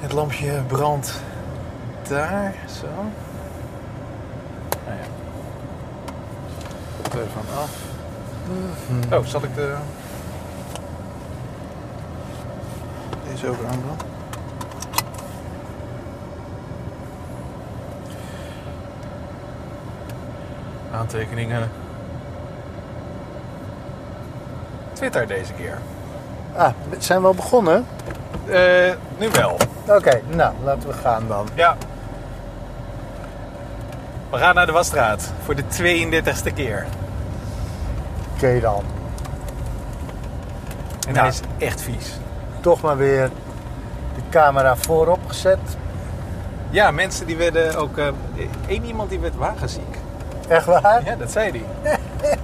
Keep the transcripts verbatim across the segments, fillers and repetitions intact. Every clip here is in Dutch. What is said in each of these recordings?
Het lampje brandt daar, zo. Nou ja. Telefoon af. Mm-hmm. Oh, zal ik de... Deze ook aandoen? Aantekeningen. Twitter deze keer. Ah, zijn we al begonnen? Uh, nu wel. Oké, okay, nou, laten we gaan dan. Ja. We gaan naar de wasstraat voor de tweeëndertigste keer. Oké okay, dan. En nou, hij is echt vies. Toch maar weer de camera voorop gezet. Ja, mensen die werden ook... Uh, één iemand die werd wagenziek. Echt waar? Ja, dat zei hij.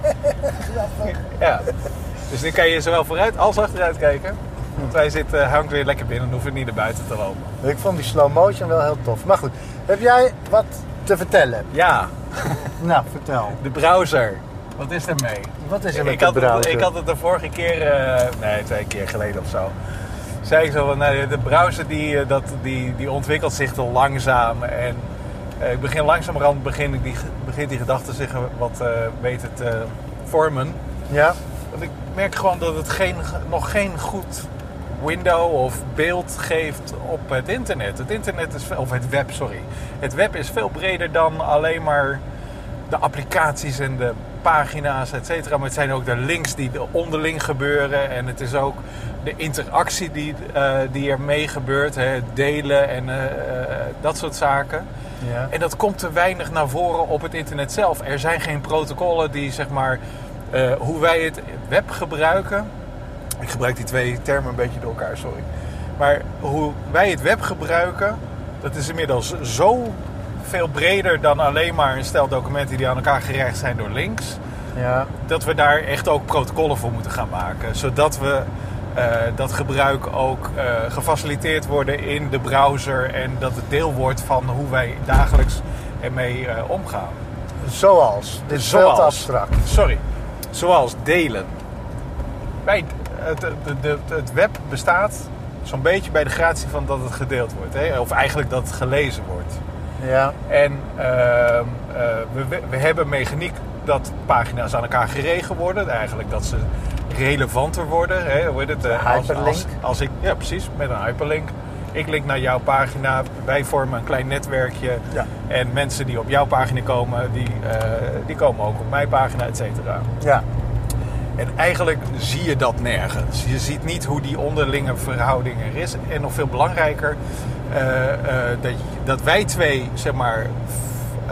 Ja. Dus nu kan je zowel vooruit als achteruit kijken. Want wij zitten, hangt weer lekker binnen en hoeven niet naar buiten te lopen. Ik vond die slow motion wel heel tof. Maar goed, heb jij wat te vertellen? Ja. Nou, vertel. De browser. Wat is er mee? Wat is er met ik de had browser? Het, ik had het de vorige keer, uh, nee, twee keer geleden of zo. Zei ik zo van, nou, de browser die, dat, die, die ontwikkelt zich te langzaam. En uh, ik begin langzamerhand begin ik die, begint die gedachte zich wat uh, beter te vormen. Ja. Want ik merk gewoon dat het geen, nog geen goed window of beeld geeft op het internet. Het internet is, of het web, sorry. Het web is veel breder dan alleen maar de applicaties en de pagina's, et cetera. Maar het zijn ook de links die er onderling gebeuren. En het is ook de interactie die, uh, die er mee gebeurt. Hè, het delen en uh, uh, dat soort zaken. Ja. En dat komt te weinig naar voren op het internet zelf. Er zijn geen protocollen die, zeg maar, uh, hoe wij het web gebruiken. Ik gebruik die twee termen een beetje door elkaar, sorry. Maar hoe wij het web gebruiken, dat is inmiddels zo veel breder dan alleen maar een stel documenten die aan elkaar gerecht zijn door links. Ja. Dat we daar echt ook protocollen voor moeten gaan maken. Zodat we uh, dat gebruik ook uh, gefaciliteerd worden in de browser. En dat het deel wordt van hoe wij dagelijks ermee uh, omgaan. Zoals? Dit is veel te abstract. Sorry. Zoals delen. Wij, het, de, de, het web bestaat zo'n beetje bij de gratie van dat het gedeeld wordt. Hè? Of eigenlijk dat het gelezen wordt. Ja. En uh, uh, we, we hebben mechaniek dat pagina's aan elkaar geregen worden. Eigenlijk dat ze relevanter worden. Hè? Hoe heet het? Uh, als, als, als ik, ja, precies. Met een hyperlink. Ik link naar jouw pagina. Wij vormen een klein netwerkje. Ja. En mensen die op jouw pagina komen, die, uh, die komen ook op mijn pagina, et cetera. Ja. En eigenlijk zie je dat nergens. Je ziet niet hoe die onderlinge verhouding er is. En nog veel belangrijker, uh, uh, dat, dat wij twee, zeg maar, uh,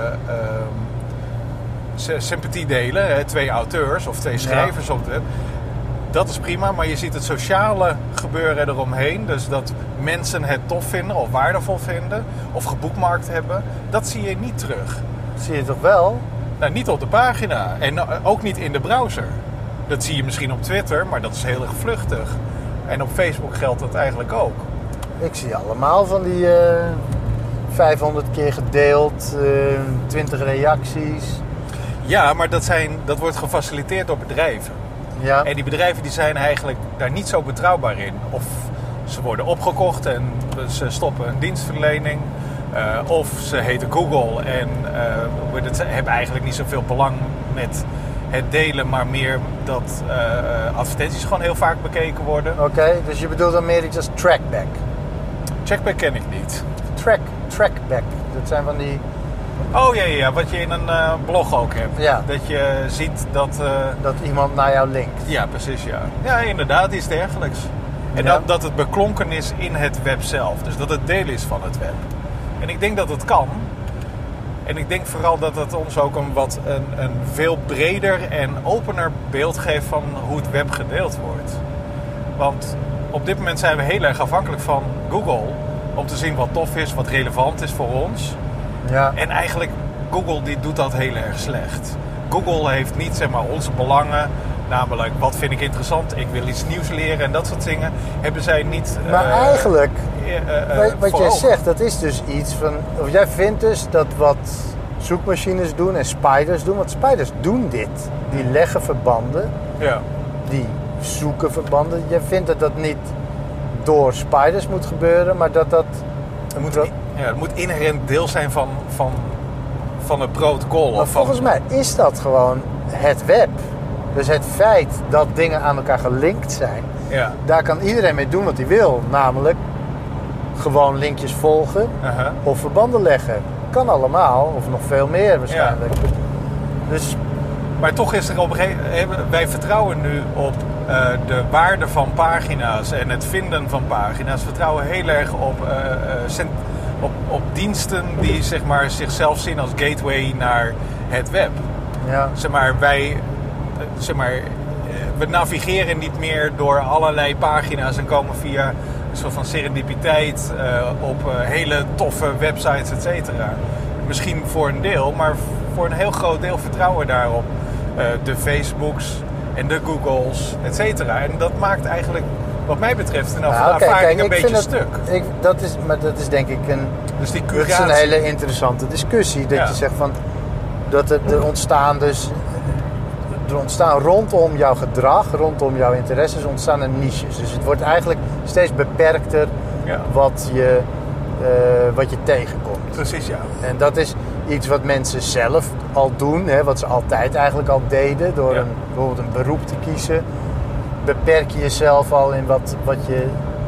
uh, sympathie delen. Hè, twee auteurs of twee schrijvers ja. op het web. Dat is prima, maar je ziet het sociale gebeuren eromheen. Dus dat mensen het tof vinden of waardevol vinden of geboekmarkt hebben. Dat zie je niet terug. Dat zie je toch wel? Nou, niet op de pagina. En ook niet in de browser. Dat zie je misschien op Twitter, maar dat is heel erg vluchtig. En op Facebook geldt dat eigenlijk ook. Ik zie allemaal van die uh, vijfhonderd keer gedeeld, uh, twintig reacties. Ja, maar dat, zijn, dat wordt gefaciliteerd door bedrijven. Ja. En die bedrijven die zijn eigenlijk daar niet zo betrouwbaar in. Of ze worden opgekocht en ze stoppen een dienstverlening. Uh, of ze heten Google en uh, ze hebben eigenlijk niet zoveel belang met het delen, maar meer dat uh, advertenties gewoon heel vaak bekeken worden. Oké, okay, dus je bedoelt dan meer iets als trackback? Trackback ken ik niet. Track, trackback, dat zijn van die... Oh ja, ja, wat je in een uh, blog ook hebt. Ja. Dat je ziet dat... Uh, dat iemand naar jou linkt. Ja, precies, ja. Ja, inderdaad, iets dergelijks. En ja. dat, dat het beklonken is in het web zelf. Dus dat het deel is van het web. En ik denk dat het kan. En ik denk vooral dat het ons ook een, wat, een, een veel breder en opener beeld geeft van hoe het web gedeeld wordt. Want op dit moment zijn we heel erg afhankelijk van Google om te zien wat tof is, wat relevant is voor ons. Ja. En eigenlijk, Google die doet dat heel erg slecht. Google heeft niet, zeg maar, onze belangen, namelijk wat vind ik interessant, ik wil iets nieuws leren en dat soort dingen, hebben zij niet... Maar uh, eigenlijk, uh, uh, wat, wat jij ogen. zegt, dat is dus iets van... Of jij vindt dus dat wat zoekmachines doen en spiders doen, want spiders doen dit. Die leggen verbanden, ja. die zoeken verbanden. Jij vindt dat dat niet door spiders moet gebeuren, maar dat dat... Het moet, ja, het moet inherent deel zijn van, van, van het protocol. Maar of van... volgens mij is dat gewoon het web. Dus het feit dat dingen aan elkaar gelinkt zijn, ja. daar kan iedereen mee doen wat hij wil. Namelijk gewoon linkjes volgen uh-huh. of verbanden leggen. Kan allemaal, of nog veel meer waarschijnlijk. Ja. Dus... Maar toch is er op een gegeven moment... Wij vertrouwen nu op uh, de waarde van pagina's en het vinden van pagina's. We vertrouwen heel erg op, uh, uh, cent- op, op diensten die zeg maar, zichzelf zien als gateway naar het web. Ja. Zeg maar, wij... Uh, zeg maar, uh, we navigeren niet meer door allerlei pagina's en komen via een soort van serendipiteit uh, op uh, hele toffe websites, et cetera. Misschien voor een deel, maar voor een heel groot deel vertrouwen we daarop. Uh, de Facebooks en de Googles, et cetera. En dat maakt eigenlijk, wat mij betreft, een ja, okay, ervaring een beetje dat, stuk. Ik, dat is, maar dat is denk ik een, dus die dat is een hele interessante discussie. Dat ja. je zegt van, dat er, er ontstaan dus... Er ontstaan rondom jouw gedrag, rondom jouw interesses, ontstaan er niches. Dus het wordt eigenlijk steeds beperkter ja. wat, je, uh, wat je tegenkomt. Precies, ja. En dat is iets wat mensen zelf al doen, hè, wat ze altijd eigenlijk al deden. Door ja. een, bijvoorbeeld een beroep te kiezen, beperk je jezelf al in wat, wat je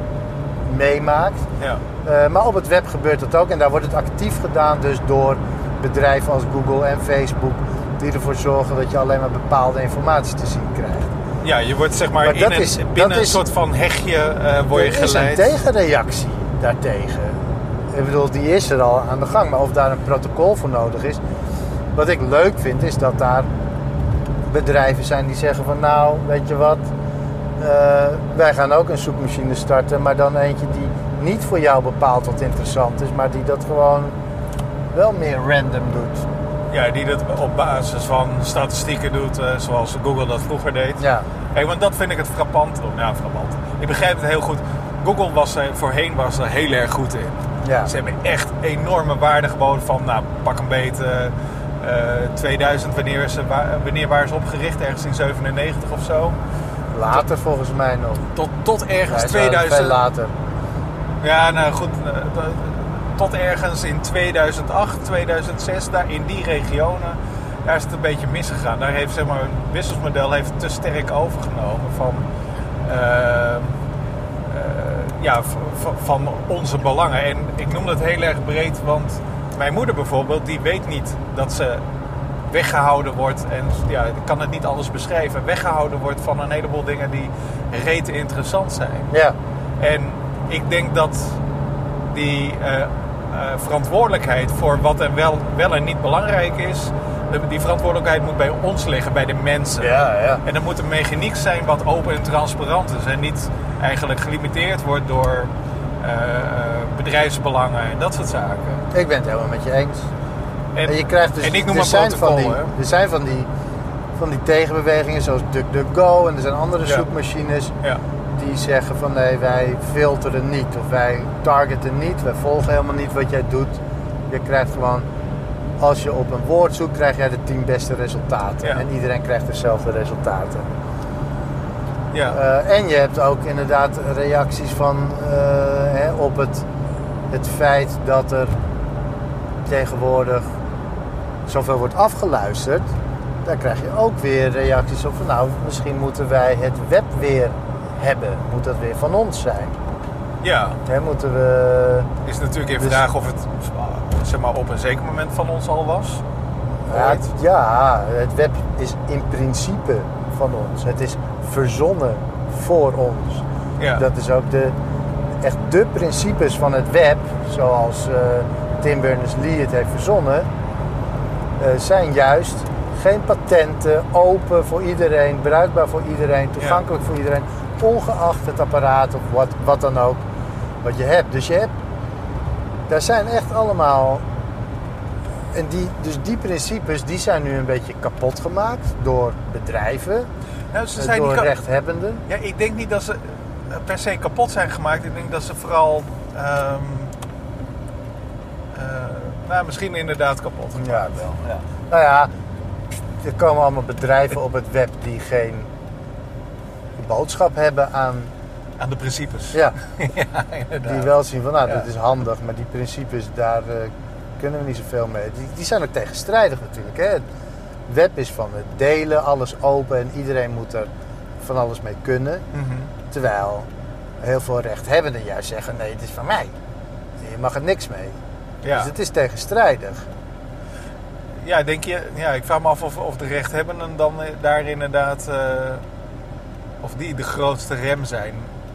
meemaakt. Ja. Uh, maar op het web gebeurt dat ook en daar wordt het actief gedaan dus door bedrijven als Google en Facebook, die ervoor zorgen dat je alleen maar bepaalde informatie te zien krijgt. Ja, je wordt zeg maar, maar in een, is, binnen een is, soort van hegje uh, word je geleid. Er is een tegenreactie daartegen. Ik bedoel, die is er al aan de gang. Maar of daar een protocol voor nodig is. Wat ik leuk vind, is dat daar bedrijven zijn die zeggen van... Nou, weet je wat, uh, wij gaan ook een zoekmachine starten. Maar dan eentje die niet voor jou bepaalt wat interessant is. Maar die dat gewoon wel meer random doet. Ja, die dat op basis van statistieken doet, uh, zoals Google dat vroeger deed. Ja. Hey, want dat vind ik het frappant. Oh, nou, frappant. Ik begrijp het heel goed. Google was er, voorheen was er heel erg goed in. Ja. Ze hebben echt enorme waarde geboden van, nou, pak een beet uh, tweeduizend, wanneer, ze, wanneer waren ze opgericht? Ergens in zevenennegentig of zo. Later volgens mij nog. Tot, tot ergens ja, tweeduizend. Veel later. Ja, nou goed. Uh, tot ergens in tweeduizend acht, tweeduizend zes, daar in die regionen, daar is het een beetje misgegaan. Daar heeft zeg maar een businessmodel heeft te sterk overgenomen van, uh, uh, ja, v- van onze belangen. En ik noem dat heel erg breed, want mijn moeder bijvoorbeeld, die weet niet dat ze weggehouden wordt, en ja, ik kan het niet anders beschrijven, weggehouden wordt van een heleboel dingen die rete interessant zijn. Ja. En ik denk dat die uh, uh, verantwoordelijkheid voor wat er wel, wel en niet belangrijk is, de, die verantwoordelijkheid moet bij ons liggen, bij de mensen. Ja, ja. En er moet een mechaniek zijn wat open en transparant is en niet eigenlijk gelimiteerd wordt door uh, bedrijfsbelangen en dat soort zaken. Ik ben het helemaal met je eens. En, en je krijgt dus, en ik noem er zijn protocol, van die, er zijn van die, van die tegenbewegingen zoals DuckDuckGo en er zijn andere ja. zoekmachines. Ja. Die zeggen van nee, wij filteren niet of wij targeten niet, wij volgen helemaal niet wat jij doet. Je krijgt gewoon, als je op een woord zoekt, krijg jij de tien beste resultaten. Ja. En iedereen krijgt dezelfde resultaten. Ja. Uh, en je hebt ook inderdaad reacties van uh, hè, op het, het feit dat er tegenwoordig zoveel wordt afgeluisterd. Daar krijg je ook weer reacties op van nou, misschien moeten wij het web weer hebben. Moet dat weer van ons zijn? Ja. Hè, moeten we... Is natuurlijk in dus... vraag of het zeg maar, op een zeker moment van ons al was. Ja, het, ja, het web is in principe van ons. Het is verzonnen voor ons. Ja. Dat is ook de, echt de principes van het web, zoals uh, Tim Berners-Lee het heeft verzonnen, uh, zijn juist geen patenten, open voor iedereen, bruikbaar voor iedereen, toegankelijk ja. voor iedereen, ongeacht het apparaat of wat, wat dan ook wat je hebt. Dus je hebt, daar zijn echt allemaal, en die, dus die principes die zijn nu een beetje kapot gemaakt door bedrijven, nou, ze zijn door niet ka- rechthebbenden. Ja, ik denk niet dat ze per se kapot zijn gemaakt. Ik denk dat ze vooral, um, uh, nou misschien inderdaad kapot gemaakt. Ja, wel. Ja. Nou ja, er komen allemaal bedrijven op het web die geen boodschap hebben aan Aan de principes. Ja, ja, inderdaad. die wel zien van, nou, Ja. dat is handig, maar die principes, daar uh, kunnen we niet zoveel mee. Die, die zijn ook tegenstrijdig natuurlijk. Hè? Het web is van het delen, alles open en iedereen moet er van alles mee kunnen. Mm-hmm. Terwijl heel veel rechthebbenden juist zeggen, nee, het is van mij. Je mag er niks mee. Ja. Dus het is tegenstrijdig. Ja, denk je, ja, ik vraag me af of, of de rechthebbenden dan eh, daar inderdaad, uh, of die de grootste rem zijn.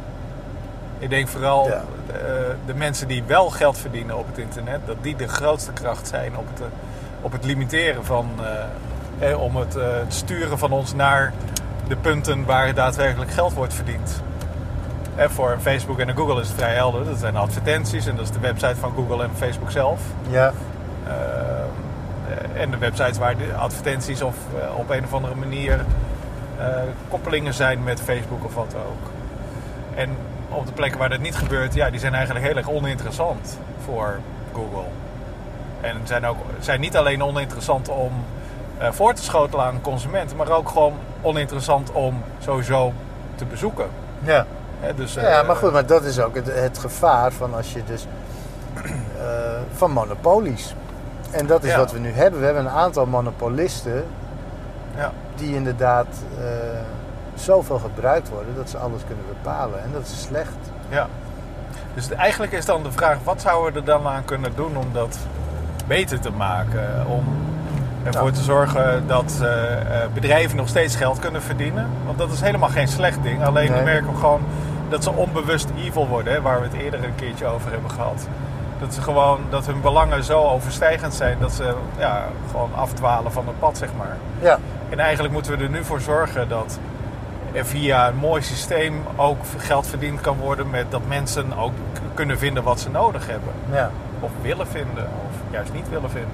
Ik denk vooral Ja. uh, de mensen die wel geld verdienen op het internet, dat die de grootste kracht zijn op het, uh, op het limiteren van, uh, eh, om het, uh, het sturen van ons naar de punten waar daadwerkelijk geld wordt verdiend. Eh, voor Facebook en Google is het vrij helder. Dat zijn advertenties en dat is de website van Google en Facebook zelf. Ja, Uh, en de websites waar de advertenties of uh, op een of andere manier uh, koppelingen zijn met Facebook of wat ook. En op de plekken waar dat niet gebeurt, ja, die zijn eigenlijk heel erg oninteressant voor Google. En zijn ook zijn niet alleen oninteressant om uh, voor te schotelen aan consumenten, maar ook gewoon oninteressant om sowieso te bezoeken. ja. Hè, dus, uh, Ja, maar goed, maar dat is ook het, het gevaar van als je dus uh, van monopolies. En dat is Ja. wat we nu hebben. We hebben een aantal monopolisten Ja. die inderdaad uh, zoveel gebruikt worden dat ze alles kunnen bepalen. En dat is slecht. Ja. Dus de- eigenlijk is dan de vraag, wat zouden we er dan aan kunnen doen om dat beter te maken? Om ervoor Nou. te zorgen dat uh, uh, bedrijven nog steeds geld kunnen verdienen. Want dat is helemaal geen slecht ding. Alleen Nee. we merken gewoon dat ze onbewust evil worden, hè, waar we het eerder een keertje over hebben gehad. Dat ze gewoon, dat hun belangen zo overstijgend zijn dat ze ja, gewoon afdwalen van het pad, zeg maar. Ja, En eigenlijk moeten we er nu voor zorgen dat er via een mooi systeem ook geld verdiend kan worden met dat mensen ook k- kunnen vinden wat ze nodig hebben. ja. Of willen vinden, of juist niet willen vinden.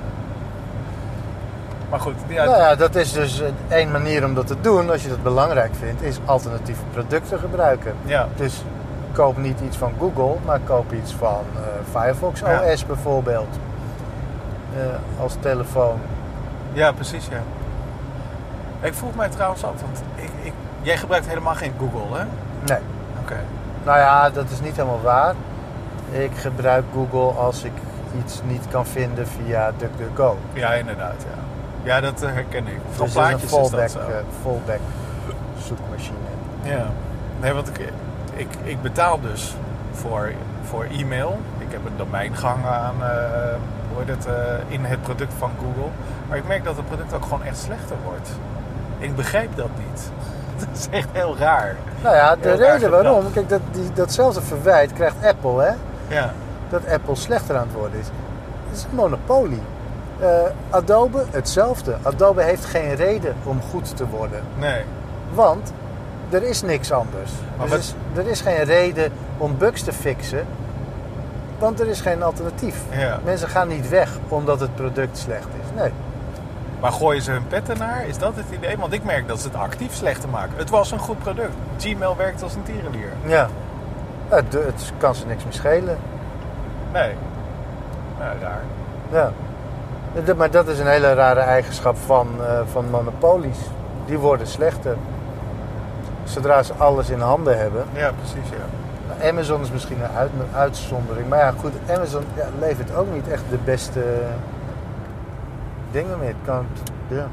Maar goed, ja, Nou ja, dat is dus uh, één manier om dat te doen, als je dat belangrijk vindt, is alternatieve producten gebruiken. ja, Dus koop niet iets van Google, maar koop iets van uh, Firefox Ja. O S bijvoorbeeld. Uh, als telefoon. ja, precies, ja. Ik vroeg mij trouwens af, want ik, ik, jij gebruikt helemaal geen Google, hè? Nee. Oké. Nou ja, dat is niet helemaal waar. Ik gebruik Google als ik iets niet kan vinden via DuckDuckGo. Ja, inderdaad, ja. Ja, dat eh, herken ik. Voor Dus dat is een plaatjes is fallback, dat zo. uh, fallback zoekmachine. Ja, nee, want ik, ik, ik betaal dus voor, voor e-mail. Ik heb een domeingang aan uh, hoe heet het, uh, in het product van Google. Maar ik merk dat het product ook gewoon echt slechter wordt. Ik begrijp dat niet. Dat is echt heel raar. Nou ja, de Heel raar reden gedrag. waarom, kijk, dat, die, datzelfde verwijt krijgt Apple, hè? Ja, Dat Apple slechter aan het worden is. Het is een monopolie. Uh, Adobe, hetzelfde. Adobe heeft geen reden om goed te worden. nee. Want er is niks anders. Maar Dus wat- is, er is geen reden om bugs te fixen. Want er is geen alternatief. Ja. Mensen gaan niet weg omdat het product slecht is. Nee. Maar gooien ze hun pet ernaar? Is dat het idee? Want ik merk dat ze het actief slechter maken. Het was een goed product. Gmail werkt als een tierenlier. Ja. Het, het kan ze niks meer schelen. Nee. Ja, raar. Ja. De- Maar dat is een hele rare eigenschap van, uh, van monopolies. Die worden slechter. Zodra ze alles in handen hebben. Ja, precies, ja. Nou, Amazon is misschien een, uit, een uitzondering. Maar ja, goed, Amazon ja, levert ook niet echt de beste dingen mee. Het kan, ja.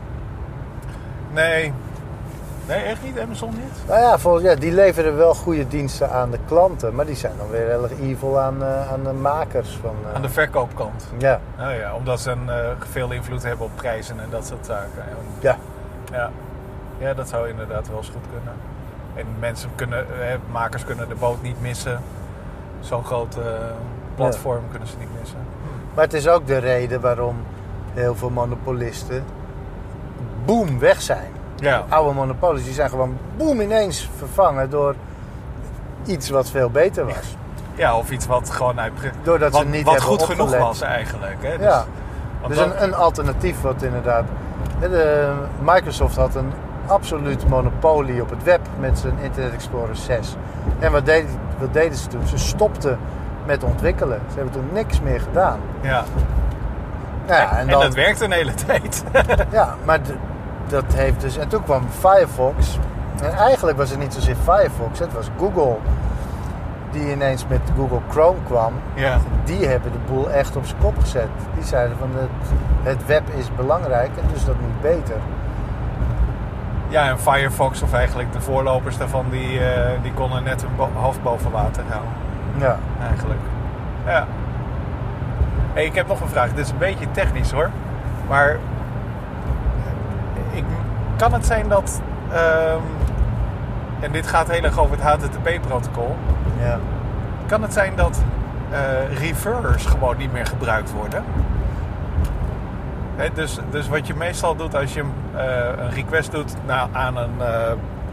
Nee. Nee, echt niet? Amazon niet? Nou ja, volgens, ja, die leveren wel goede diensten aan de klanten. Maar die zijn dan weer heel erg evil aan, uh, aan de makers. Van, uh, Aan de verkoopkant. Ja, Nou ja, omdat ze een, uh, veel invloed hebben op prijzen en dat soort zaken. En, ja. ja. ja, dat zou inderdaad wel eens goed kunnen. En mensen kunnen, eh, makers kunnen de boot niet missen. Zo'n groot uh, platform kunnen ze niet missen. Maar het is ook de reden waarom heel veel monopolisten boom weg zijn. Ja, Oude monopolies die zijn gewoon boom ineens vervangen door iets wat veel beter was. ja of iets wat gewoon uit... Doordat wat, ze niet wat hebben goed genoeg opgelet. was eigenlijk. Hè? Dus, Ja. want Dus dat- een, een alternatief wat inderdaad... De, Microsoft had een absoluut monopolie op het web met zijn Internet Explorer zes. En wat, deed, wat deden ze toen? Ze stopten met ontwikkelen. Ze hebben toen niks meer gedaan. ja. Nou ja, en, en dan, dat werkt een hele tijd. ja, maar d- dat heeft dus... En toen kwam Firefox. En eigenlijk was het niet zozeer Firefox, het was Google. die ineens met Google Chrome kwam, Ja. die hebben de boel echt op zijn kop gezet. Die zeiden van het, het web is belangrijk en dus dat moet beter. Ja, en Firefox, of eigenlijk de voorlopers daarvan, die, uh, die konden net hun bo- hoofd boven water houden. Ja. Eigenlijk. Ja. Hey, ik heb nog een vraag. Dit is een beetje technisch hoor. Maar ik, kan het zijn dat... Um, en dit gaat heel erg over het H T T P-protocol. Ja. Kan het zijn dat uh, referrers gewoon niet meer gebruikt worden? He, dus, dus wat je meestal doet als je uh, een request doet nou, aan, een, uh,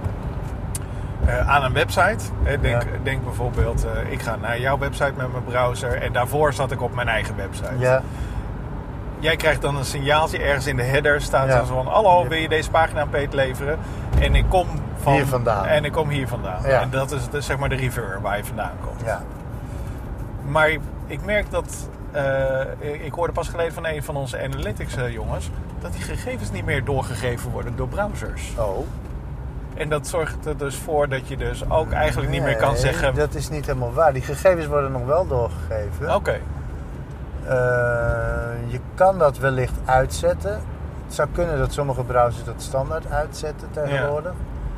uh, aan een website. He, denk, ja. denk bijvoorbeeld, uh, ik ga naar jouw website met mijn browser en daarvoor zat ik op mijn eigen website. Ja. Jij krijgt dan een signaaltje ergens in de header. Staat ja. er zo van, hallo, wil je deze pagina aan Peet leveren? En ik kom van, hier vandaan. En ik kom hier vandaan. Ja. En dat is de, zeg maar de referrer waar je vandaan komt. Ja. Maar ik merk dat... Uh, ik hoorde pas geleden van een van onze analytics uh, jongens... dat die gegevens niet meer doorgegeven worden door browsers. Oh. En dat zorgt er dus voor dat je dus ook eigenlijk niet nee, meer kan zeggen... dat is niet helemaal waar. Die gegevens worden nog wel doorgegeven. Oké. Okay. Uh, je kan dat wellicht uitzetten. Het zou kunnen dat sommige browsers dat standaard uitzetten tegenwoordig.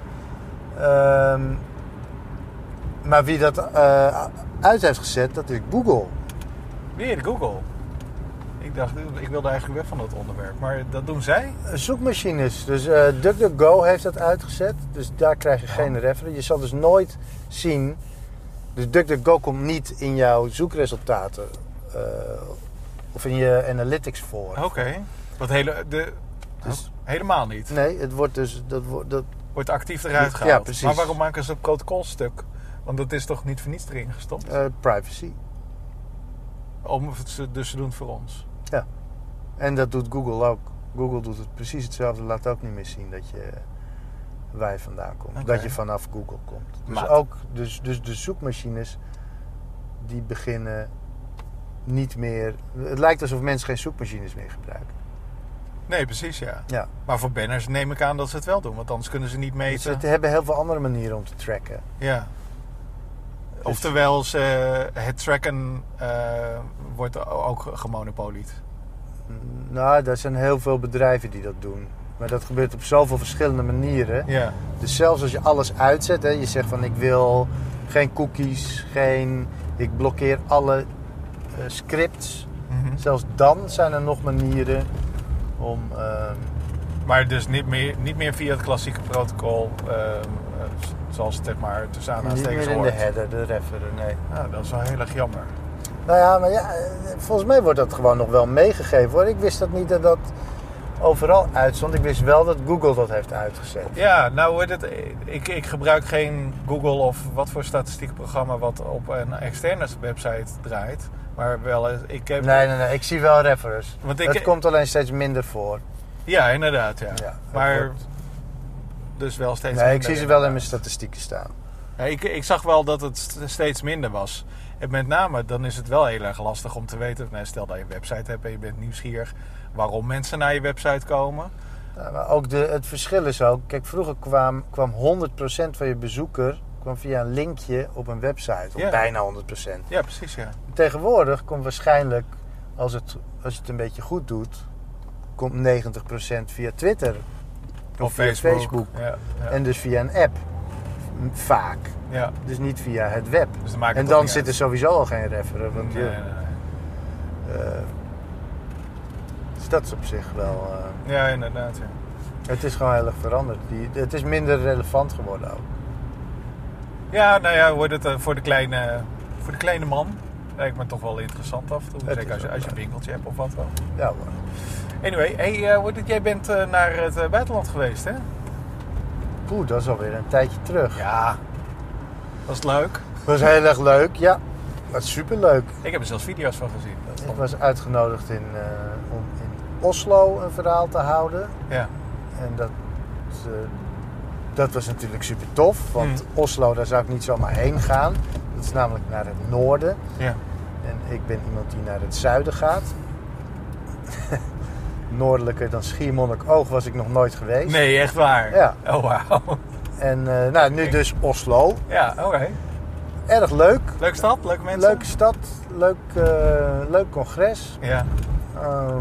Ja. Um, maar wie dat uh, uit heeft gezet, dat is Google. Weer Google? Ik dacht, ik wilde eigenlijk weg van dat onderwerp. Maar dat doen zij? Zoekmachines. Dus uh, DuckDuckGo heeft dat uitgezet. Dus daar krijg je oh. geen referer. Je zal dus nooit zien... Dus DuckDuckGo komt niet in jouw zoekresultaten... Uh, of in je analytics voor. Oké. Okay. Wat hele, de, dus, oh, helemaal niet? Nee, het wordt dus... Dat wordt, dat, wordt actief eruit gehaald. Ja, precies. Maar waarom maken ze een protocolstuk? Want dat is toch niet voor niets erin gestopt? Uh, privacy. Om, dus ze doen het voor ons? Ja. En dat doet Google ook. Google doet het precies hetzelfde. Laat ook niet meer zien dat je waar je vandaan komt. Okay. Dat je vanaf Google komt. Dus, maar ook, dus, dus de zoekmachines die beginnen niet meer... Het lijkt alsof mensen geen zoekmachines meer gebruiken. Nee, precies, ja. ja. Maar voor banners neem ik aan dat ze het wel doen. Want anders kunnen ze niet meten. Ze hebben heel veel andere manieren om te tracken. Ja. Dus oftewel, ze, het tracken uh, wordt ook gemonopolied. Nou, er zijn heel veel bedrijven die dat doen. Maar dat gebeurt op zoveel verschillende manieren. Ja. Dus zelfs als je alles uitzet, hè, je zegt van ik wil geen cookies, geen, ik blokkeer alle uh, scripts. Mm-hmm. Zelfs dan zijn er nog manieren om... Uh, maar dus niet meer, niet meer via het klassieke protocol, uh, zoals het zeg maar tussen aanhalingstekens hoort. Niet meer in hoort. de header, de referer, nee. Nou, dat is wel heel erg jammer. Nou ja, maar ja, volgens mij wordt dat gewoon nog wel meegegeven hoor. Ik wist dat niet dat dat overal uitstond. Ik wist wel dat Google dat heeft uitgezet. Ja, nou wordt het, ik, ik gebruik geen Google of wat voor statistiekenprogramma wat op een externe website draait. Maar wel, ik heb... Nee, nee, nee, ik zie wel referers. Want ik, het komt alleen steeds minder voor. Ja, inderdaad, ja. ja maar wordt... dus wel steeds nee, minder. ik zie ze wel in mijn statistieken staan. Ja, ik, ik zag wel dat het steeds minder was. En met name, dan is het wel heel erg lastig om te weten... Nou, stel dat je een website hebt en je bent nieuwsgierig... waarom mensen naar je website komen. Ja, maar ook de, het verschil is ook... Kijk, vroeger kwam, kwam honderd procent van je bezoeker... kwam via een linkje op een website. Of ja. bijna honderd procent. Ja, precies, ja. Tegenwoordig komt waarschijnlijk... als het, als je het een beetje goed doet... komt negentig procent via Twitter. Of, of via Facebook. Facebook. Ja, ja. En dus via een app. Vaak. Ja. Dus niet via het web. Dus dan en dan zit er sowieso al geen referer. Want nee, je, nee, nee. Uh, dus dat is op zich wel... Uh, ja, inderdaad. Ja. Het is gewoon heel erg veranderd. Die, het is minder relevant geworden ook. Ja, nou ja, wordt het uh, voor, de kleine, voor de kleine man... lijkt me toch wel interessant af en toe. Zeker als je, als je een winkeltje hebt of wat wel. Ja hoor. Anyway, hey, uh, jij bent uh, naar het uh, buitenland geweest, hè? Poeh, dat is alweer een tijdje terug. Ja. Was het leuk? Was heel erg leuk, ja. Was superleuk. Ik heb er zelfs video's van gezien. Dat ik was uitgenodigd in, uh, om in Oslo een verhaal te houden. Ja. En dat, uh, dat was natuurlijk super tof. Want hmm. Oslo, daar zou ik niet zomaar heen gaan. Dat is namelijk naar het noorden. Ja. En ik ben iemand die naar het zuiden gaat. Noordelijker dan Schiermonnikoog was ik nog nooit geweest. Nee, echt waar? Ja. Oh, wauw. En uh, nou, nu dus Oslo. Ja, oké. Okay. erg leuk. Leuke stad, leuke mensen? Leuke stad, leuk, uh, leuk congres. Ja. Um,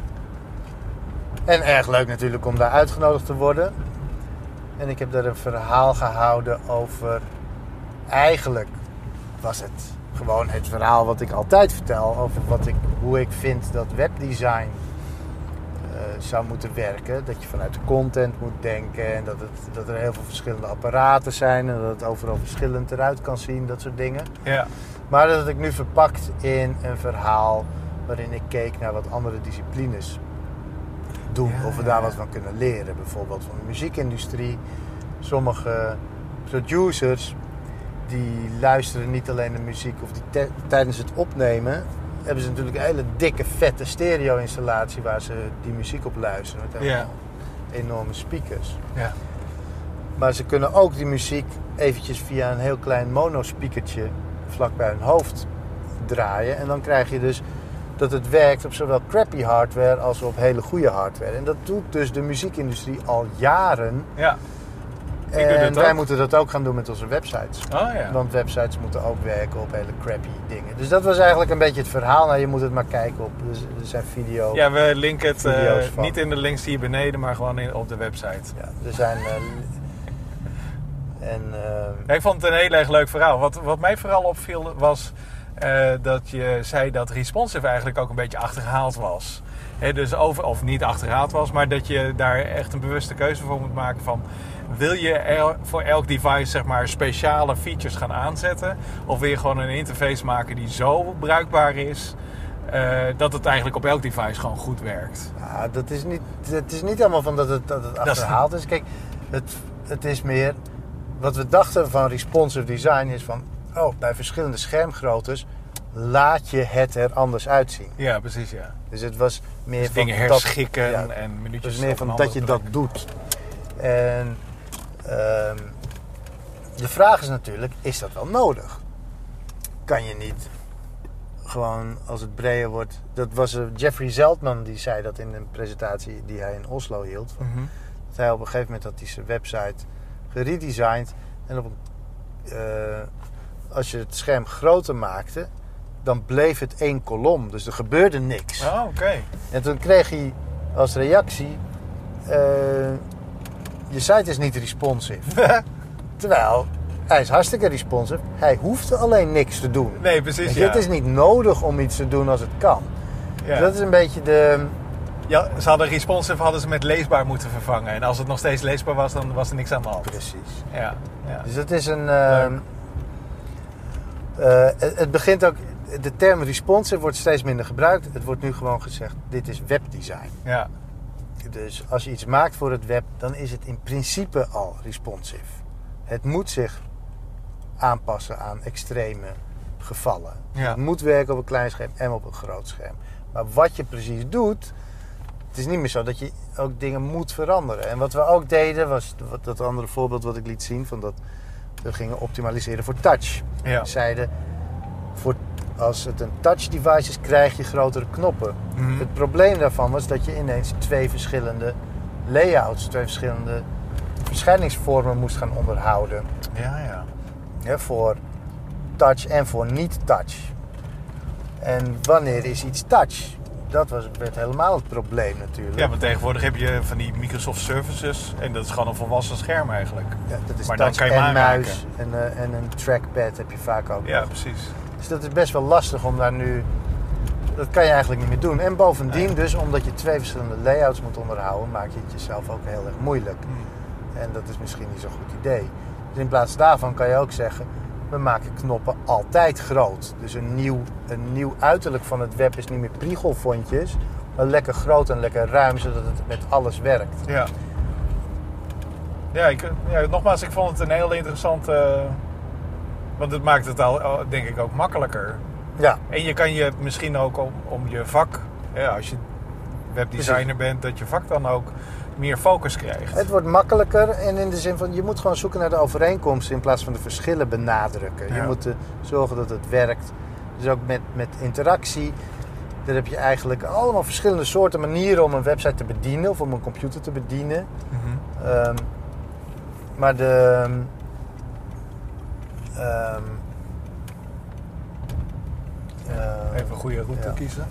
en erg leuk natuurlijk om daar uitgenodigd te worden. En ik heb daar een verhaal gehouden over... Eigenlijk was het gewoon het verhaal wat ik altijd vertel... over wat ik, hoe ik vind dat webdesign uh, zou moeten werken. Dat je vanuit de content moet denken... en dat, het, dat er heel veel verschillende apparaten zijn... en dat het overal verschillend eruit kan zien, dat soort dingen. Ja. Maar dat had ik nu verpakt in een verhaal... waarin ik keek naar wat andere disciplines doen. Ja, of we ja, daar ja. wat van kunnen leren. Bijvoorbeeld van de muziekindustrie. Sommige producers... die luisteren niet alleen de muziek... of die te- tijdens het opnemen... hebben ze natuurlijk een hele dikke, vette stereo-installatie... waar ze die muziek op luisteren. Met Ja. enorme speakers. Ja. Maar ze kunnen ook die muziek eventjes via een heel klein monospeakertje... vlak bij hun hoofd draaien. En dan krijg je dus dat het werkt op zowel crappy hardware als op hele goede hardware. En dat doet dus de muziekindustrie al jaren. Ja. Ik doe En dit wij ook. moeten dat ook gaan doen met onze websites. Oh ja. Want websites moeten ook werken op hele crappy dingen. Dus dat was eigenlijk een beetje het verhaal. Nou, je moet het maar kijken op. Dus er zijn video. Ja, we linken het uh, video's van. niet in de links hier beneden, maar gewoon in, op de website. Ja, er zijn... Uh, en, uh, Ja, ik vond het een heel erg leuk verhaal. Wat, wat mij vooral opviel was uh, dat je zei dat responsive eigenlijk ook een beetje achterhaald was. He, dus over, of niet achterhaald was, maar dat je daar echt een bewuste keuze voor moet maken van... Wil je er, voor elk device zeg maar speciale features gaan aanzetten? Of wil je gewoon een interface maken die zo bruikbaar is... Uh, dat het eigenlijk op elk device gewoon goed werkt? ja, dat is niet, het is niet helemaal van dat het, dat het achterhaald is. Kijk, het, het is meer... Wat we dachten van responsive design is van... Oh, bij verschillende schermgroottes laat je het er anders uitzien. Ja, precies, ja. Dus het was meer Dus van... dingen dat- herschikken ja, en minuutjes... Het was meer op van een dat je andere dat plek. doet. En um, de vraag is natuurlijk, is dat wel nodig? Kan je niet gewoon als het breder wordt... Dat was uh, Jeffrey Zeltman die zei dat in een presentatie die hij in Oslo hield. Van, Mm-hmm. dat hij op een gegeven moment had hij zijn website geredesigned. En op een, uh, als je het scherm groter maakte, dan bleef het één kolom. Dus er gebeurde niks. Oh, oké. Okay. En toen kreeg hij als reactie... Uh, je site is niet responsive. Terwijl, hij is hartstikke responsive. Hij hoeft alleen niks te doen. Nee, precies, je, ja. Het is niet nodig om iets te doen als het kan. Ja. Dus dat is een beetje de... Ja, ze hadden responsive hadden ze met leesbaar moeten vervangen. En als het nog steeds leesbaar was, dan was er niks aan de hand. Precies. Ja, ja. Dus het is een... Uh, uh, het, het begint ook... De term responsive wordt steeds minder gebruikt. Het wordt nu gewoon gezegd, dit is webdesign. Ja. Dus als je iets maakt voor het web, dan is het in principe al responsive. Het moet zich aanpassen aan extreme gevallen. Ja. Het moet werken op een klein scherm en op een groot scherm. Maar wat je precies doet, het is niet meer zo dat je ook dingen moet veranderen. En wat we ook deden, was dat andere voorbeeld wat ik liet zien, van dat we gingen optimaliseren voor touch. Ja. We zeiden, voor, als het een touch device is, krijg je grotere knoppen. Mm-hmm. Het probleem daarvan was dat je ineens twee verschillende layouts, twee verschillende verschijningsvormen moest gaan onderhouden. Ja, ja. Ja, voor touch en voor niet-touch. En wanneer is iets touch? Dat was, werd helemaal het probleem natuurlijk. Ja, want tegenwoordig heb je van die Microsoft Services en dat is gewoon een volwassen scherm eigenlijk. Ja, dat is maar dan touch kan je en hem aanraken. muis en, uh, en een trackpad heb je vaak ook. Ja, nog. precies. Dus dat is best wel lastig om daar nu... Dat kan je eigenlijk niet meer doen. En bovendien Nee. dus, omdat je twee verschillende layouts moet onderhouden, maak je het jezelf ook heel erg moeilijk. Hmm. En dat is misschien niet zo'n goed idee. Dus in plaats daarvan kan je ook zeggen, we maken knoppen altijd groot. Dus een nieuw, een nieuw uiterlijk van het web is niet meer priegelfontjes, maar lekker groot en lekker ruim, zodat het met alles werkt. Ja. Ja, ik, ja, nogmaals, ik vond het een heel interessant... Uh, want het maakt het al, denk ik, ook makkelijker. Ja. En je kan je misschien ook om, om je vak... Ja, als je webdesigner Precies. bent, dat je vak dan ook meer focus krijgt. Het wordt makkelijker en in de zin van, je moet gewoon zoeken naar de overeenkomsten in plaats van de verschillen benadrukken. Ja. Je moet uh, zorgen dat het werkt. Dus ook met, met interactie. Daar heb je eigenlijk allemaal verschillende soorten manieren om een website te bedienen of om een computer te bedienen. Mm-hmm. Um, maar de, um, Even een goede route Ja. kiezen.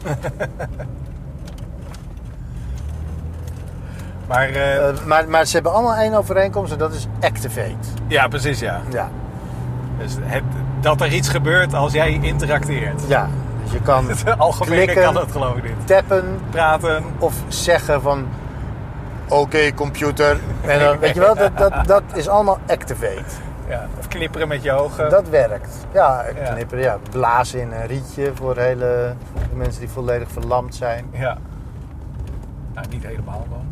maar, uh, Uh, maar, maar ze hebben allemaal één overeenkomst en dat is activate. ja, precies, ja. Ja, Dus het, dat er iets gebeurt als jij interacteert. ja. Dus je kan Het algemene klikken, kan dat geloof ik niet. tappen Praten. of zeggen van... Oké, computer. En dan, weet je wel, dat, dat, dat is allemaal activate. Ja. Of knipperen met je ogen. Dat werkt. Ja, Ja. knipperen, ja. Blazen in een rietje voor, hele, voor mensen die volledig verlamd zijn. Ja. Nou, niet helemaal dan.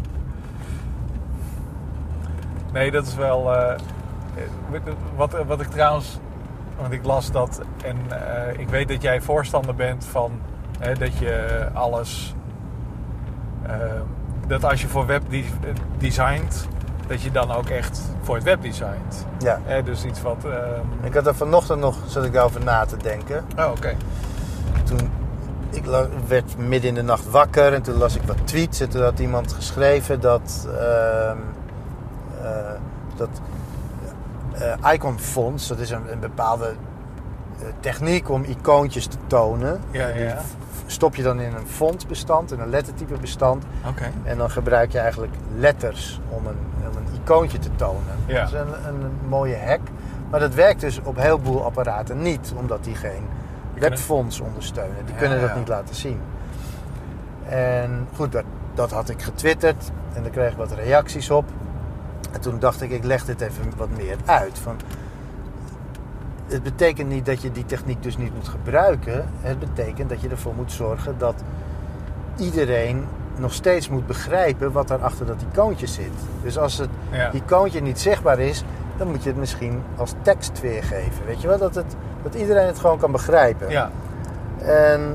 Nee, dat is wel... Uh, wat, wat ik trouwens... Want ik las dat... En uh, ik weet dat jij voorstander bent van... Hè, dat je alles... Uh, dat als je voor web de- designt... Dat je dan ook echt voor het web designt. Ja. Hè, dus iets wat... Uh, Ik had er vanochtend nog, zat ik daarover na te denken. oh, oké. Okay. Toen, ik la- werd midden in de nacht wakker en toen las ik wat tweets. En toen had iemand geschreven dat... Uh, uh, dat uh, Icon Fonts, dat is een, een bepaalde uh, techniek om icoontjes te tonen. Ja, ja, ja. Stop je dan in een fontbestand, in een lettertype bestand. Oké. Okay. En dan gebruik je eigenlijk letters om een, om een icoontje te tonen. Ja. Dat is een, een, een mooie hack. Maar dat werkt dus op een heleboel apparaten niet, omdat die geen webfonts ondersteunen. Die Ja, kunnen dat ja. niet laten zien. En goed, dat, dat had ik getwitterd en daar kreeg ik wat reacties op. En toen dacht ik, ik leg dit even wat meer uit. Van, het betekent niet dat je die techniek dus niet moet gebruiken. Het betekent dat je ervoor moet zorgen dat iedereen nog steeds moet begrijpen wat daar achter dat icoontje zit. Dus als het Ja. icoontje niet zichtbaar is, dan moet je het misschien als tekst weergeven. Weet je wel, dat, het, dat iedereen het gewoon kan begrijpen. Ja. En,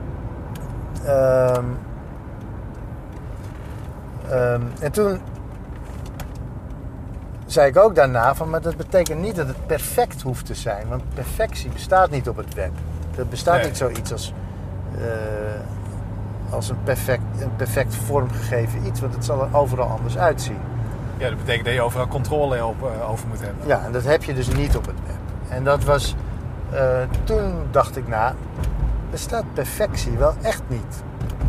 um, um, en toen zei ik ook daarna van, maar dat betekent niet dat het perfect hoeft te zijn. Want perfectie bestaat niet op het web. Er bestaat Nee. niet zoiets als, uh, als een perfect, een perfect vormgegeven iets. Want het zal er overal anders uitzien. Ja, dat betekent dat je overal controle op, uh, over moet hebben. Ja, en dat heb je dus niet op het web. En dat was... Uh, toen dacht ik na... bestaat perfectie wel echt niet.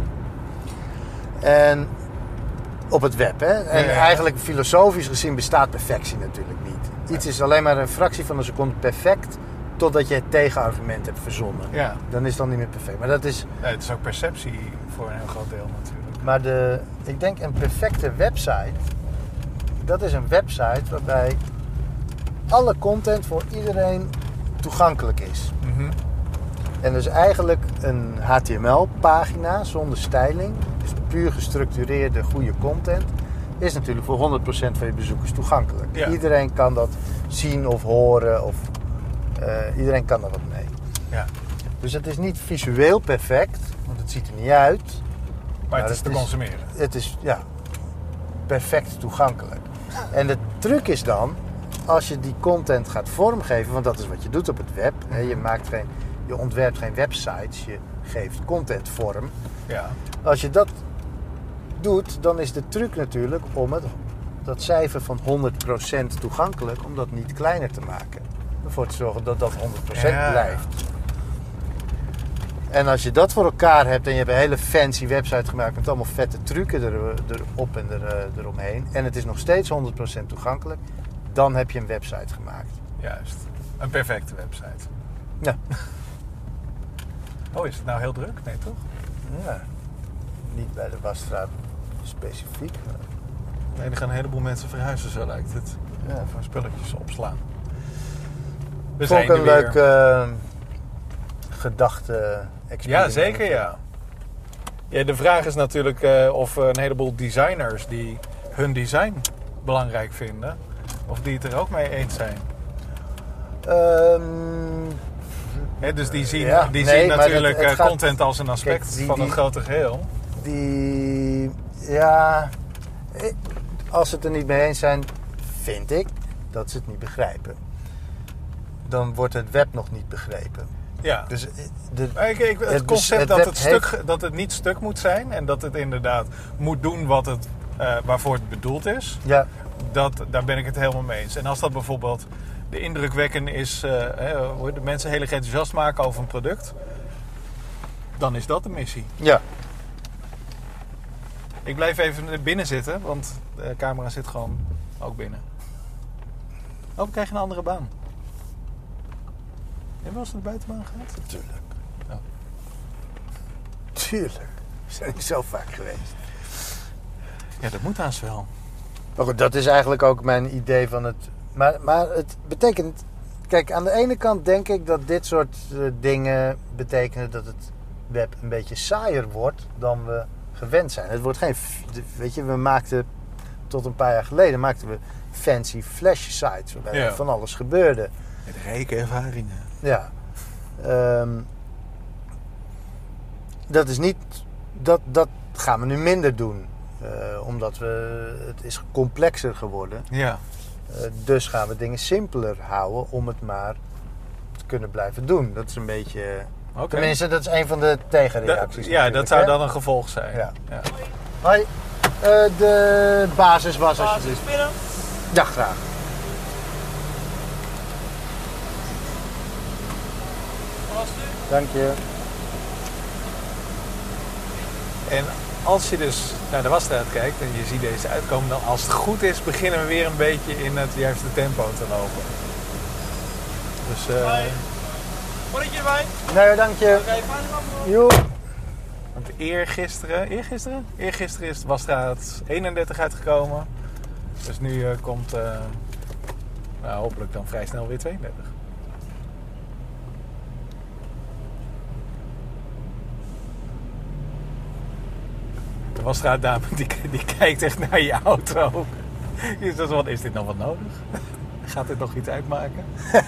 En... op het web, hè. En Ja, ja. eigenlijk filosofisch gezien bestaat perfectie natuurlijk niet. Iets is alleen maar een fractie van een seconde perfect... totdat je het tegenargument hebt verzonnen. Ja. Dan is het dan niet meer perfect. Maar dat is... Ja, het is ook perceptie voor een heel groot deel natuurlijk. Maar de, ik denk een perfecte website... dat is een website waarbij... alle content voor iedereen toegankelijk is. Mm-hmm. En dus eigenlijk een H T M L-pagina zonder styling... dus puur gestructureerde, goede content... is natuurlijk voor honderd procent van je bezoekers toegankelijk. Ja. Iedereen kan dat zien of horen. Of, uh, iedereen kan er wat mee. Ja. Dus het is niet visueel perfect, want het ziet er niet uit. Maar, Maar het is het te is- consumeren. Het is ja, perfect toegankelijk. En de truc is dan, als je die content gaat vormgeven... want dat is wat je doet op het web. Hè, je, maakt geen, je ontwerpt geen websites, je geeft content vorm. Ja. Als je dat doet, dan is de truc natuurlijk om het, dat cijfer van honderd procent toegankelijk... om dat niet kleiner te maken. Ervoor te zorgen dat dat honderd procent Ja. blijft. En als je dat voor elkaar hebt en je hebt een hele fancy website gemaakt... met allemaal vette trucken er, erop en er, eromheen... en het is nog steeds honderd procent toegankelijk... dan heb je een website gemaakt. Juist. Een perfecte website. Ja. Oh, is het nou heel druk? Nee, toch? Ja. Niet bij de Wasstraat specifiek. Maar... Nee, er gaan een heleboel mensen verhuizen, zo lijkt het. Ja. Van spulletjes opslaan. We Vond ik zijn een er leuk weer. uh, gedachte Ja, experiment. zeker ja. Ja, de vraag is natuurlijk uh, of een heleboel designers die hun design belangrijk vinden, of die het er ook mee eens zijn. Um, He, dus die zien, Ja, die nee, zien maar natuurlijk het- het uh, gaat- content als een aspect Kijk, die- van die- het grote geheel. die, ja, eh, als ze het er niet mee eens zijn, vind ik dat ze het niet begrijpen. Dan wordt het web nog niet begrepen. Ja. Dus eh, de, Maar ik- ik- het het concept het dat, web het stuk, heeft- dat het niet stuk moet zijn en dat het inderdaad moet doen wat het, uh, waarvoor het bedoeld is, ja, dat, daar ben ik het helemaal mee eens. En als dat bijvoorbeeld de indruk wekken is, uh, hè, hoe de mensen heel erg enthousiast maken over een product, dan is dat de missie. Ja. Ik blijf even binnen zitten, want de camera zit gewoon ook binnen. Oh, we krijgen een andere baan. Heb je wel eens naar de buitenbaan gehad? Tuurlijk. Oh. Tuurlijk. We zijn er zo vaak geweest. Ja, dat moet haast wel. Maar goed, dat is eigenlijk ook mijn idee van het... Maar, maar het betekent... Kijk, aan de ene kant denk ik dat dit soort uh, dingen betekenen dat het web een beetje saaier wordt dan we gewend zijn. Het wordt geen... Weet je, we maakten... Tot een paar jaar geleden maakten we fancy flash sites waarbij Ja. van alles gebeurde. Met rijke ervaringen. Ja. Um, dat is niet... Dat, dat gaan we nu minder doen. Uh, omdat we... Het is complexer geworden. Ja. Uh, dus gaan we dingen simpeler houden om het maar te kunnen blijven doen. Dat is een beetje... Okay. Tenminste, dat is een van de tegenreacties. Da- ja, dat zou hè? dan een gevolg zijn. Ja. Ja. Hoi. Uh, de basis was alsjeblieft. binnen. Ja, graag. Dank je. En als je dus naar de wasstraat kijkt en je ziet deze uitkomen, dan als het goed is, beginnen we weer een beetje in het juiste tempo te lopen. Dus uh, Hoi. Bonnetje erbij. Nee, dank je. Oké, fijne dag. Joe. want eergisteren, eergisteren? Eergisteren is de wasstraat eenendertig uitgekomen. Dus nu uh, komt uh, nou, hopelijk dan vrij snel weer tweeëndertig. De wasstraatdame die, die kijkt echt naar je auto. Die zegt, wat is dit nou wat nodig? Gaat dit nog iets uitmaken?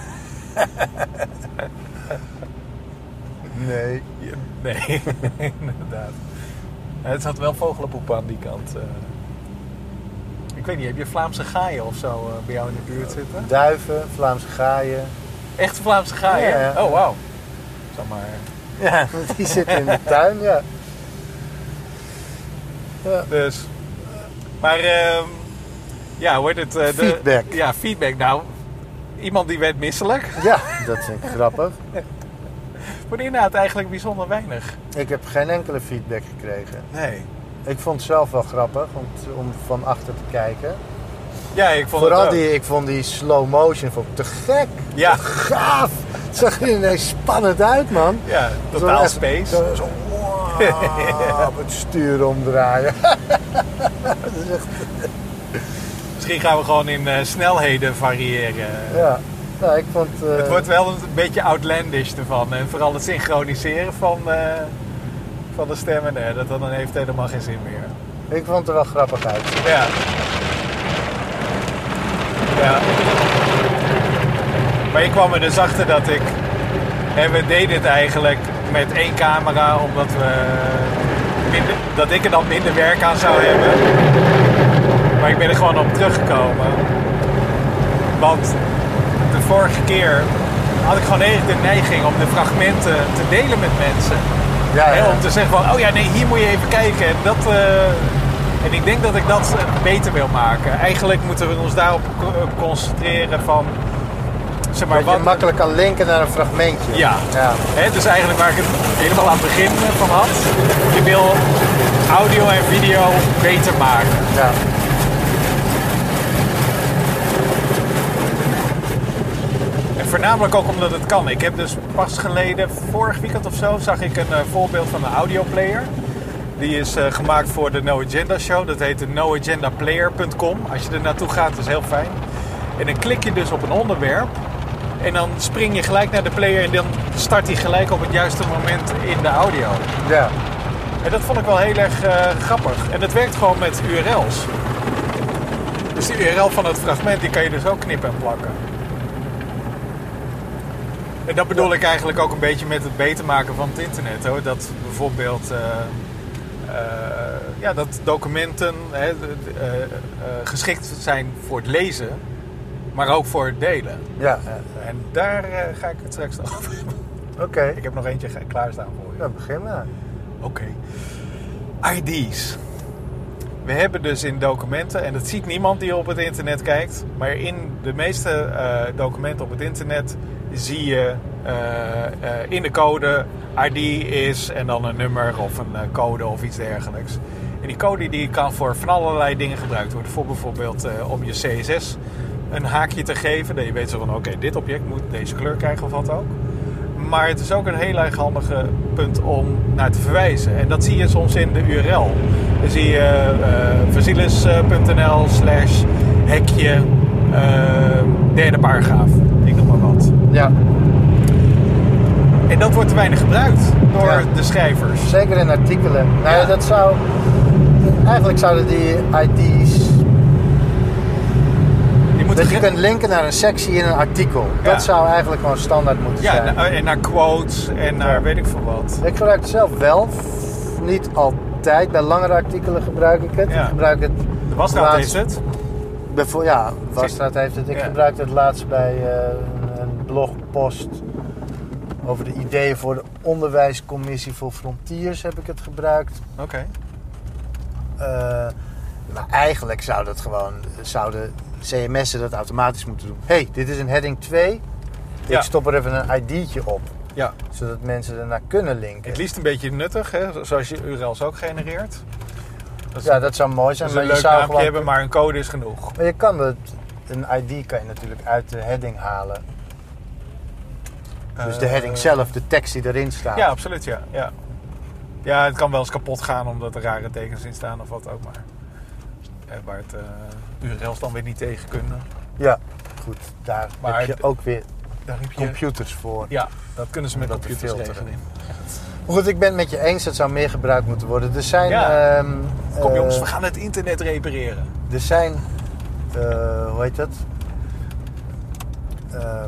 Nee. Ja, nee, inderdaad. Het zat wel vogelenpoep aan die kant. Uh. Ik weet niet, heb je Vlaamse gaaien of zo uh, bij jou in de buurt zitten? Duiven, Vlaamse gaaien. Echte Vlaamse gaaien? Ja, ja. Oh, wauw. Zeg maar. Ja, die zitten in de tuin, ja. Ja. Dus. Maar, uh, ja, hoe heet het? Uh, de, Feedback. Ja, feedback. Nou, iemand die werd misselijk. Ja, dat vind ik grappig. Voor de inhoud eigenlijk bijzonder weinig. Ik heb geen enkele feedback gekregen. Nee. Ik vond het zelf wel grappig om, t- om van achter te kijken. Ja, ik vond Vooral het ook. die, ik vond die slow motion vond ik te gek. Ja. Te gaaf. Het zag er ineens spannend uit, man. Ja, Zo totaal echt- space. Zo, zo wow, op het stuur omdraaien. Dat is echt, Misschien gaan we gewoon in uh, snelheden variëren. ja. Nou, ik vond... uh, Het wordt wel een beetje outlandish ervan. En vooral het synchroniseren van, uh, van de stemmen. Nee, dat dan heeft helemaal geen zin meer. Ik vond het er wel grappig uit. Ja. Ja. Maar je kwam er dus achter dat ik... En we deden het eigenlijk met één camera, omdat we... Minder, dat ik er dan minder werk aan zou hebben. Maar ik ben er gewoon op teruggekomen. Want de vorige keer had ik gewoon echt de neiging om de fragmenten te delen met mensen. Ja, Hè, ja. om te zeggen van, oh ja, nee, hier moet je even kijken. En, dat, uh, en ik denk dat ik dat uh, beter wil maken. Eigenlijk moeten we ons daarop co- concentreren van... Zeg maar, Dat wat, je makkelijk kan linken naar een fragmentje. Ja. Ja. Hè, dus eigenlijk waar ik het helemaal aan het begin van had. Je wil audio en video beter maken. Ja. En voornamelijk ook omdat het kan. Ik heb dus pas geleden, vorig weekend of zo, zag ik een uh, voorbeeld van een audioplayer. Die is uh, gemaakt voor de No Agenda Show. Dat heet de no agenda player punt com. Als je er naartoe gaat, dat is heel fijn. En dan klik je dus op een onderwerp. En dan spring je gelijk naar de player en dan start hij gelijk op het juiste moment in de audio. Ja. En dat vond ik wel heel erg uh, grappig. En dat werkt gewoon met U R L's. Dus die U R L van het fragment, die kan je dus ook knippen en plakken. En dat bedoel ik eigenlijk ook een beetje met het beter maken van het internet. Hoor. Dat bijvoorbeeld uh, uh, ja, dat documenten hè, uh, uh, geschikt zijn voor het lezen, maar ook voor het delen. Ja. Uh, en daar uh, ga ik het straks nog over hebben. Oké. Okay. Ik heb nog eentje klaarstaan voor je. Nou, begin maar. Oké. Okay. I D's. We hebben dus in documenten, en dat ziet niemand die op het internet kijkt, maar in de meeste uh, documenten op het internet zie je uh, uh, in de code I D is en dan een nummer of een uh, code of iets dergelijks. En die code die kan voor van allerlei dingen gebruikt worden. Voor bijvoorbeeld uh, om je C S S een haakje te geven. Dat je weet zo van oké, okay, dit object moet deze kleur krijgen of wat ook. Maar het is ook een heel erg handige punt om naar te verwijzen. En dat zie je soms in de U R L. Dan zie je uh, facilis punt n l slash hekje uh, derde paragraaf. Ik noem maar wat. Ja. En dat wordt te weinig gebruikt door ja. de schrijvers. Zeker in artikelen. Nou, ja. dat zou... Eigenlijk zouden die I D's... Dat je kunt linken naar een sectie in een artikel. Ja. Dat zou eigenlijk gewoon standaard moeten ja, zijn. Ja, en naar quotes en naar ja. weet ik veel wat. Ik gebruik het zelf wel. Niet altijd. Bij langere artikelen gebruik ik het. Ja. Ik gebruik het... De Wasstraat heeft het. Bijvoor, ja, de Wasstraat heeft het. Ik ja. gebruik het laatst bij uh, een, een blogpost over de ideeën voor de onderwijscommissie voor Frontiers heb ik het gebruikt. Oké. Okay. Uh, maar eigenlijk zou dat gewoon... Zouden C M S'en dat automatisch moeten doen. Hé, hey, dit is een heading twee. Ja. Ik stop er even een I D'tje op. Ja. Zodat mensen ernaar kunnen linken. Het liefst een beetje nuttig, hè? Zoals je U R L's ook genereert. Dat is, ja, dat zou mooi zijn. Dat is een leuk naamje gewoon... hebben, maar een code is genoeg. Maar je kan het, een I D kan je natuurlijk uit de heading halen. Dus de heading uh, zelf, de tekst die erin staat. Ja, absoluut, ja. ja. Ja, het kan wel eens kapot gaan omdat er rare tekens in staan of wat ook maar. Eh, waar het uh, U R L's dan weer niet tegen kunnen. Ja, goed. Daar maar heb je het, ook weer daar heb je... computers voor. Ja, dat kunnen ze met computers regelen. Maar goed, ik ben het met je eens, dat zou meer gebruikt moeten worden. Er zijn... Ja. Um, Kom uh, jongens, we gaan het internet repareren. Er zijn... Uh, hoe heet dat? Um,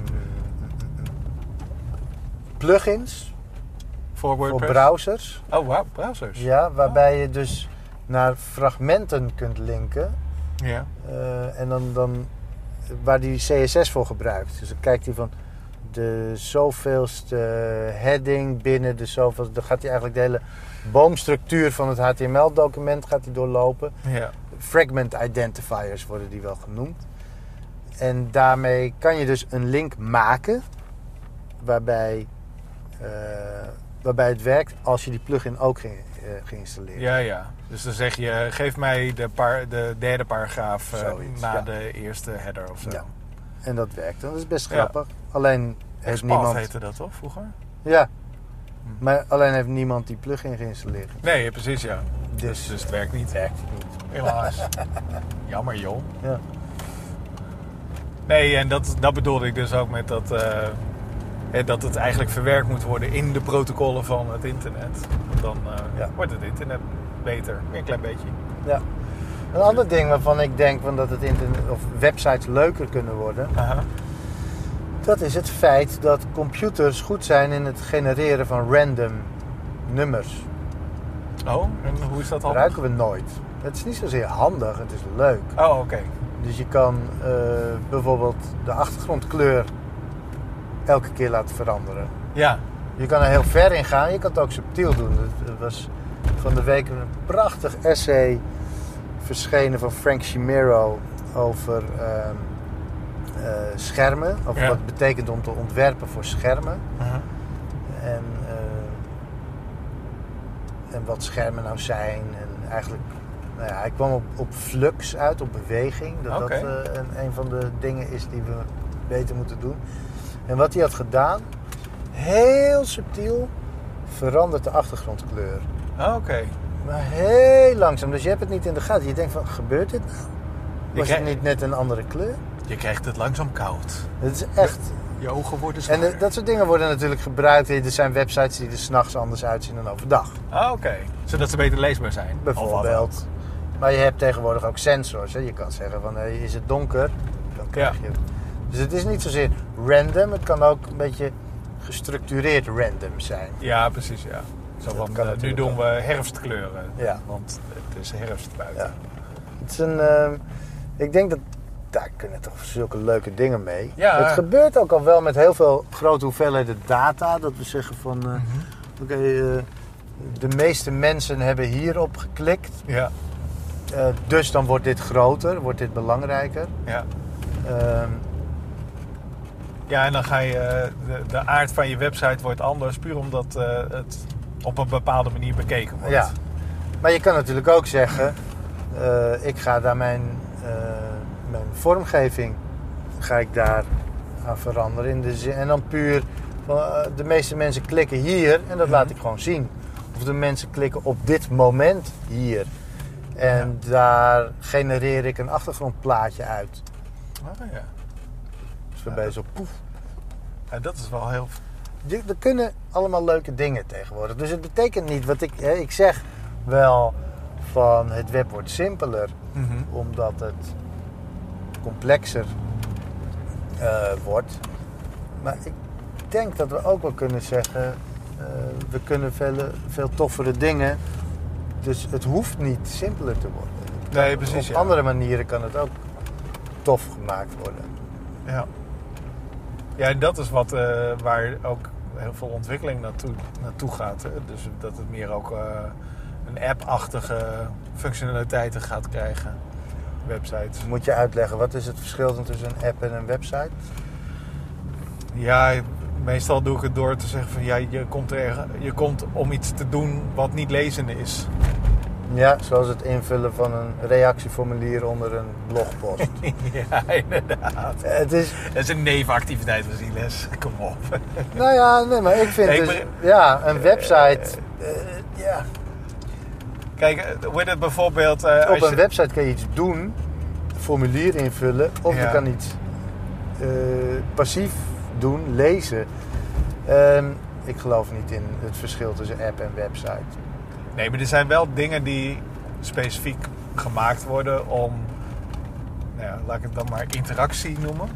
plugins. Voor WordPress? Voor browsers. Oh, wow, browsers. Ja, waarbij oh. je dus naar fragmenten kunt linken. Ja. Uh, en dan, dan... Waar die C S S voor gebruikt. Dus dan kijkt hij van... de zoveelste heading binnen de zoveelste... Dan gaat hij eigenlijk de hele boomstructuur van het H T M L-document gaat hij doorlopen. Ja. Fragment identifiers worden die wel genoemd. En daarmee kan je dus een link maken... waarbij, uh, waarbij het werkt als je die plugin ook ge, uh, geïnstalleerd Ja, ja. Dus dan zeg je... geef mij de, par, de derde paragraaf uh, Zoiets, na ja. de eerste header of zo. Ja. En dat werkt. Dat is best grappig. Ja. Alleen heeft Expand niemand... heette dat toch vroeger? Ja. Hm. Maar alleen heeft niemand die plugin geïnstalleerd. Nee, precies ja. Dus, dus, dus het werkt niet. Werkt niet. Helaas. Jammer joh. Ja. Nee, en dat, dat bedoelde ik dus ook met dat... Uh, dat het eigenlijk verwerkt moet worden in de protocollen van het internet. Dan uh, ja. wordt het internet beter. Weer een klein beetje. Ja. Een ander ding waarvan ik denk dat het internet of websites leuker kunnen worden... Aha. Dat is het feit dat computers goed zijn in het genereren van random nummers. Oh, en hoe is dat handig? Gebruiken we nooit. Het is niet zozeer handig, het is leuk. Oh, oké. Okay. Dus je kan uh, bijvoorbeeld de achtergrondkleur elke keer laten veranderen. Ja. Je kan er heel ver in gaan, je kan het ook subtiel doen. Er was van de week een prachtig essay verschenen van Frank Chimero over uh, uh, schermen. Over ja. wat het betekent om te ontwerpen voor schermen. Uh-huh. En, uh, en wat schermen nou zijn. En eigenlijk, nou ja, hij kwam op, op flux uit, op beweging. Dat okay. dat uh, een, een van de dingen is die we beter moeten doen. En wat hij had gedaan, heel subtiel, verandert de achtergrondkleur. Oh, oké. Okay. Maar heel langzaam. Dus je hebt het niet in de gaten. Je denkt van, gebeurt dit nou? Was krijg... het niet net een andere kleur? Je krijgt het langzaam koud. Het is echt... Je ogen worden zwaar. En de, dat soort dingen worden natuurlijk gebruikt. Er zijn websites die er 's nachts anders uitzien dan overdag. Ah, oké. Okay. Zodat ze beter leesbaar zijn. Bijvoorbeeld. Maar je hebt tegenwoordig ook sensors. Hè? Je kan zeggen van, hey, is het donker? Dan krijg ja. je het. Dus het is niet zozeer random. Het kan ook een beetje gestructureerd random zijn. Ja, precies, ja. Zo van, uh, nu doen we herfstkleuren. Ja. Want het is herfst buiten. Ja. Het is een... Uh, ik denk dat... Daar kunnen toch zulke leuke dingen mee. Ja. Het gebeurt ook al wel met heel veel grote hoeveelheden data. Dat we zeggen van... Uh, mm-hmm. Oké, okay, uh, de meeste mensen hebben hierop geklikt. Ja. Uh, dus dan wordt dit groter. Wordt dit belangrijker. Ja. Uh, Ja, en dan ga je... eh, De, de aard van je website wordt anders. Puur omdat eh, het op een bepaalde manier bekeken wordt. Ja. Maar je kan natuurlijk ook zeggen... Uh, ik ga daar mijn, uh, mijn vormgeving... ga ik daar aan veranderen. In de zin, en dan puur... Uh, de meeste mensen klikken hier... en dat mm-hmm. laat ik gewoon zien. Of de mensen klikken op dit moment hier. En ja. daar genereer ik een achtergrondplaatje uit. Oh, ja. Dus waarbij ja, zo poef. Ja, dat is wel heel... Er kunnen allemaal leuke dingen tegenwoordig. Dus het betekent niet wat ik... Hè, ik zeg wel van het web wordt simpeler. Mm-hmm. Omdat het complexer uh, wordt. Maar ik denk dat we ook wel kunnen zeggen... Uh, we kunnen veel, veel toffere dingen... Dus het hoeft niet simpeler te worden. Nee, precies. Op ja. andere manieren kan het ook tof gemaakt worden. Ja. Ja, en dat is wat uh, waar ook heel veel ontwikkeling naartoe, naartoe gaat. Hè? Dus dat het meer ook uh, een app-achtige functionaliteiten gaat krijgen. Websites. Moet je uitleggen, wat is het verschil tussen een app en een website? Ja, meestal doe ik het door te zeggen van ja, je komt, er, je komt om iets te doen wat niet lezen is. Ja, zoals het invullen van een reactieformulier onder een blogpost. Ja, inderdaad. Het is... Het is een nevenactiviteit van Ziles. Kom op. Nou ja, nee, maar ik vind nee, dus, maar, ja, een website... Uh, uh, ja. Kijk, hoe het bijvoorbeeld... Uh, Op als een je... website kan je iets doen, een formulier invullen, of ja. je kan iets uh, passief doen, lezen. Um, ik geloof niet in het verschil tussen app en website. Nee, maar er zijn wel dingen die specifiek gemaakt worden om, nou ja, laat ik het dan maar interactie noemen,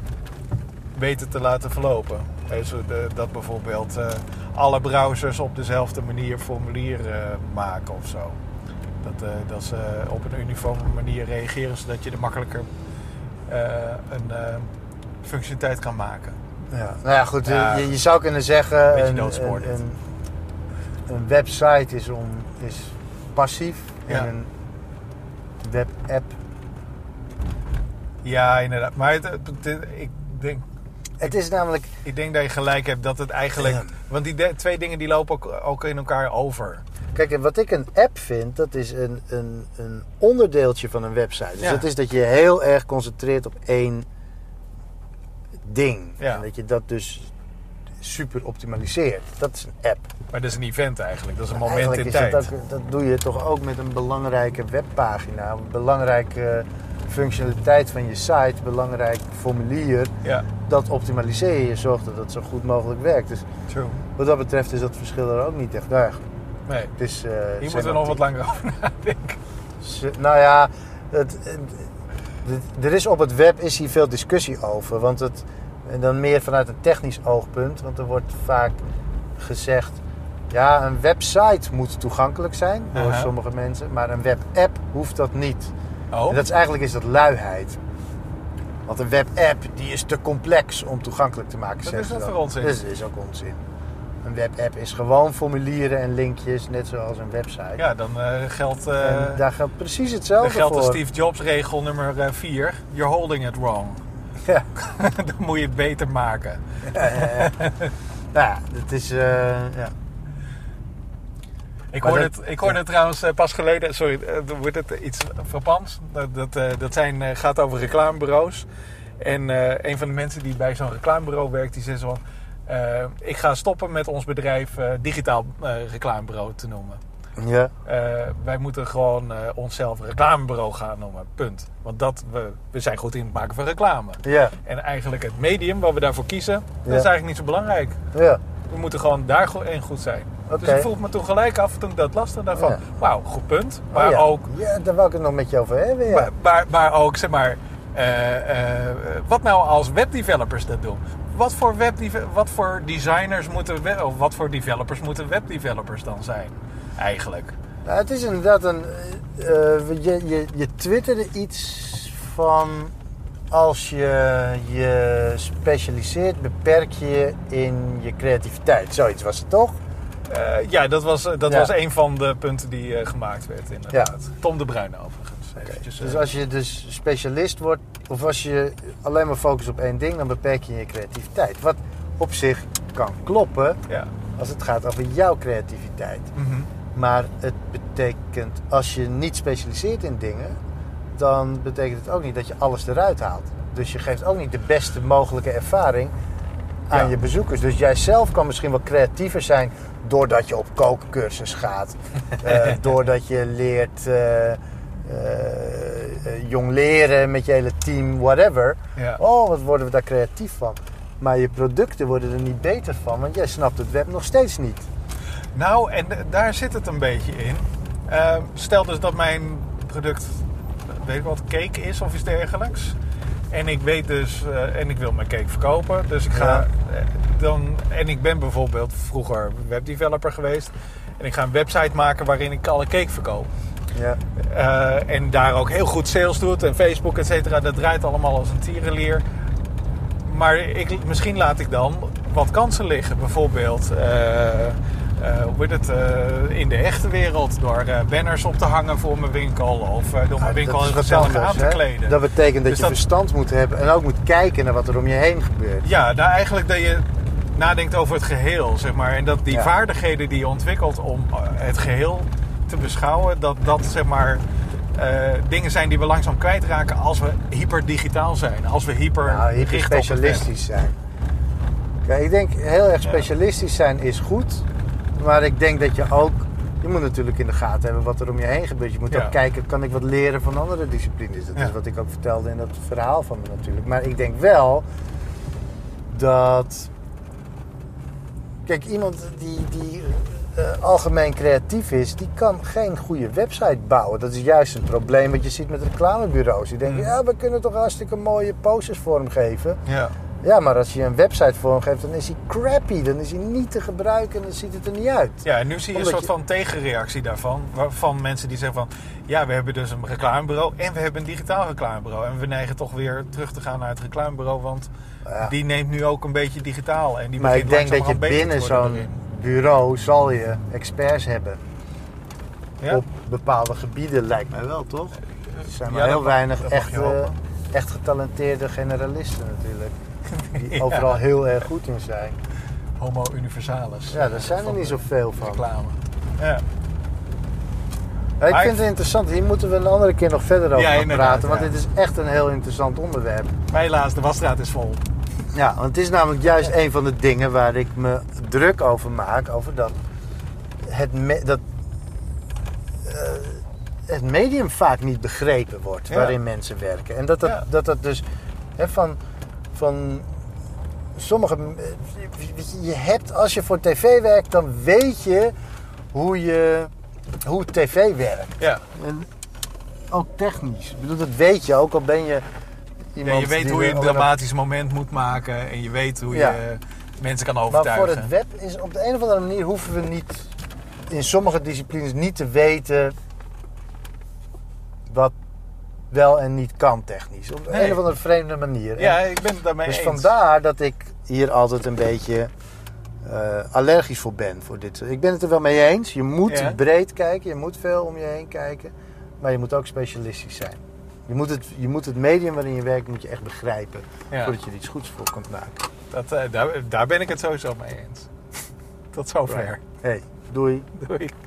beter te laten verlopen. Dat bijvoorbeeld uh, alle browsers op dezelfde manier formulieren uh, maken of zo. Dat, uh, dat ze op een uniforme manier reageren, zodat je er makkelijker uh, een uh, functionaliteit kan maken. Ja, nou ja, goed. Ja, je, je zou kunnen zeggen, een, een, een, een, een website is, om, is passief ja. en een webapp. Ja, inderdaad. Maar het, het, het, ik denk... Het is namelijk... Ik denk dat je gelijk hebt dat het eigenlijk... Ja. Want die de, twee dingen die lopen ook, ook in elkaar over. Kijk, en wat ik een app vind, dat is een, een, een onderdeeltje van een website. Dus ja. dat is dat je heel erg concentreert op één ding. Ja. En dat je dat dus super optimaliseert. Dat is een app. Maar dat is een event eigenlijk. Dat is een maar moment in is tijd. Dat, ook, dat doe je toch ook met een belangrijke webpagina. Een belangrijke functionaliteit van je site. Een belangrijk formulier. Ja. Dat optimaliseer je. Je zorgt dat het zo goed mogelijk werkt. Dus True. Wat dat betreft is dat verschil er ook niet echt erg. Nee. Het is, uh, Hier moeten we nog wat langer over nadenken. Nou ja, het, het, het, er is op het web is hier veel discussie over. Want het, en dan meer vanuit een technisch oogpunt. Want er wordt vaak gezegd... Ja, een website moet toegankelijk zijn door uh-huh. sommige mensen. Maar een webapp hoeft dat niet. Oh. En dat is, eigenlijk is dat luiheid. Want een webapp die is te complex om toegankelijk te maken. Wat is dat dan. voor onzin? Dus dat is ook onzin. Een webapp is gewoon formulieren en linkjes, net zoals een website. Ja, dan uh, geldt... Uh, en daar geldt precies hetzelfde voor. Dan geldt voor. de Steve Jobs regel nummer vier. You're holding it wrong. Ja. Dan moet je het beter maken. Ja, ja, ja. Nou ja, het is... Uh, ja. Ik hoorde, dat, het, ik hoorde ja. het trouwens uh, pas geleden... Sorry, uh, wordt het iets frappants. Dat, dat, uh, dat zijn, uh, gaat over reclamebureaus. En uh, een van de mensen die bij zo'n reclamebureau werkt... die zegt zo van... Uh, ik ga stoppen met ons bedrijf uh, digitaal uh, reclamebureau te noemen. Ja. Uh, wij moeten gewoon uh, onszelf een reclamebureau gaan noemen. Punt. Want dat, we, we zijn goed in het maken van reclame. Ja. En eigenlijk het medium waar we daarvoor kiezen... Ja. dat is eigenlijk niet zo belangrijk. Ja. We moeten gewoon daarin goed zijn. Okay. Dus ik vroeg me toen gelijk af toen ik dat las. Dan van, ja. wauw, goed punt. Maar oh ja. ook... Ja, daar wou ik het nog met je over hebben. Ja. Maar, maar, maar ook, zeg maar... Uh, uh, wat nou als webdevelopers dat doen? Wat voor, webde- wat voor designers moeten... We- of wat voor developers moeten webdevelopers dan zijn? Eigenlijk. Nou, het is inderdaad een... Uh, je, je, je twitterde iets van... Als je je specialiseert, beperk je in je creativiteit. Zoiets was het toch? Uh, ja, dat was, dat ja. was een van de punten die uh, gemaakt werd inderdaad. Ja. Tom de Bruyne overigens. Eventjes, Dus uh, als je dus specialist wordt, of als je alleen maar focust op één ding, dan beperk je je creativiteit. Wat op zich kan kloppen ja. als het gaat over jouw creativiteit. Mm-hmm. Maar het betekent, als je niet specialiseert in dingen, dan betekent het ook niet dat je alles eruit haalt. Dus je geeft ook niet de beste mogelijke ervaring aan Ja. je bezoekers. Dus jij zelf kan misschien wel creatiever zijn doordat je op kookcursus gaat. uh, doordat je leert uh, uh, uh, jong leren met je hele team, whatever. Ja. Oh, wat worden we daar creatief van. Maar je producten worden er niet beter van, want jij snapt het web nog steeds niet. Nou, en d- daar zit het een beetje in. Uh, stel dus dat mijn product, weet ik wat, cake is of iets dergelijks. En ik weet dus, uh, en ik wil mijn cake verkopen. Dus ik ga Ja. uh, dan, en ik ben bijvoorbeeld vroeger webdeveloper geweest. En ik ga een website maken waarin ik alle cake verkoop. Ja. Uh, en daar ook heel goed sales doet. En Facebook, et cetera. Dat draait allemaal als een tierenlier. Maar ik, misschien laat ik dan wat kansen liggen. Bijvoorbeeld uh, uh, hoe heet het, uh, in de echte wereld. Door uh, banners op te hangen voor mijn winkel. Of uh, door mijn winkel Dat is wat gezellig anders, aan te hè? kleden. Dat betekent dat Dus je dat- verstand moet hebben en ook moet kijken naar wat er om je heen gebeurt. Ja, nou eigenlijk dat je nadenkt over het geheel, zeg maar. En dat die Ja. vaardigheden die je ontwikkelt om uh, het geheel te beschouwen, dat dat zeg maar uh, dingen zijn die we langzaam kwijtraken als we hyperdigitaal zijn. Als we hyper, Nou, hyper richt op het web. specialistisch zijn. Kijk, ik denk heel erg specialistisch zijn is goed. Maar ik denk dat je ook... Je moet natuurlijk in de gaten hebben wat er om je heen gebeurt. Je moet Ja. ook kijken, kan ik wat leren van andere disciplines? Dat Ja. is wat ik ook vertelde in dat verhaal van me natuurlijk. Maar ik denk wel dat... Kijk, iemand die, die uh, algemeen creatief is, die kan geen goede website bouwen. Dat is juist een probleem wat je ziet met reclamebureaus. Die denken, Mm. ja, we kunnen toch hartstikke mooie posters vormgeven. Ja. Ja, maar als je een website vormgeeft, dan is hij crappy. Dan is hij niet te gebruiken en dan ziet het er niet uit. Ja, en nu zie je Omdat een soort je- van tegenreactie daarvan. waar- Van mensen die zeggen van... Ja, we hebben dus een reclamebureau en we hebben een digitaal reclamebureau. En we neigen toch weer terug te gaan naar het reclamebureau. Want Ja. die neemt nu ook een beetje digitaal. En die Maar ik begint denk dat je langzamerhand beter binnen te worden zo'n daarin. bureau zal je experts hebben. Ja? Op bepaalde gebieden, lijkt mij wel, toch? Er zijn maar Ja, heel dat mag- weinig dat mag echt, je eh, hopen. echt getalenteerde generalisten natuurlijk. Die Ja. overal heel erg goed in zijn. Homo universalis. Ja, daar zijn er Van niet de zoveel van. Reclame. Ja. Ja, ik Maar vind ik- het interessant. Hier moeten we een andere keer nog verder over Ja, gaan inderdaad, praten. Want ja. dit is echt een heel interessant onderwerp. Maar helaas, de wasstraat is vol. Ja, want het is namelijk juist een van de dingen waar ik me druk over maak. Over dat het, me- dat, eh, het medium vaak niet begrepen wordt Ja. waarin mensen werken. En dat dat, Ja. dat, dat dus hè, van, van sommige... weet je, je hebt, als je voor tv werkt, dan weet je hoe, je, hoe tv werkt. Ja. En ook technisch. Ik bedoel, dat weet je ook, al ben je iemand Ja, je weet die hoe je er een onder- dramatisch moment moet maken. En je weet hoe Ja. je mensen kan Maar overtuigen. voor het web is op de een of andere manier hoeven we niet in sommige disciplines niet te weten wat wel en niet kan technisch. Op Nee. een of andere vreemde manier. Ja, En ik ben het daarmee dus eens. vandaar dat ik hier altijd een beetje eh, allergisch voor ben. Voor dit. Ik ben het er wel mee eens. Je moet Ja. breed kijken. Je moet veel om je heen kijken. Maar je moet ook specialistisch zijn. Je moet het, je moet het medium waarin je werkt moet je echt begrijpen. Ja. Voordat je er iets goeds voor kunt maken. Dat, eh, daar, daar ben ik het sowieso mee eens. Tot zover. Hey, doei. Doei.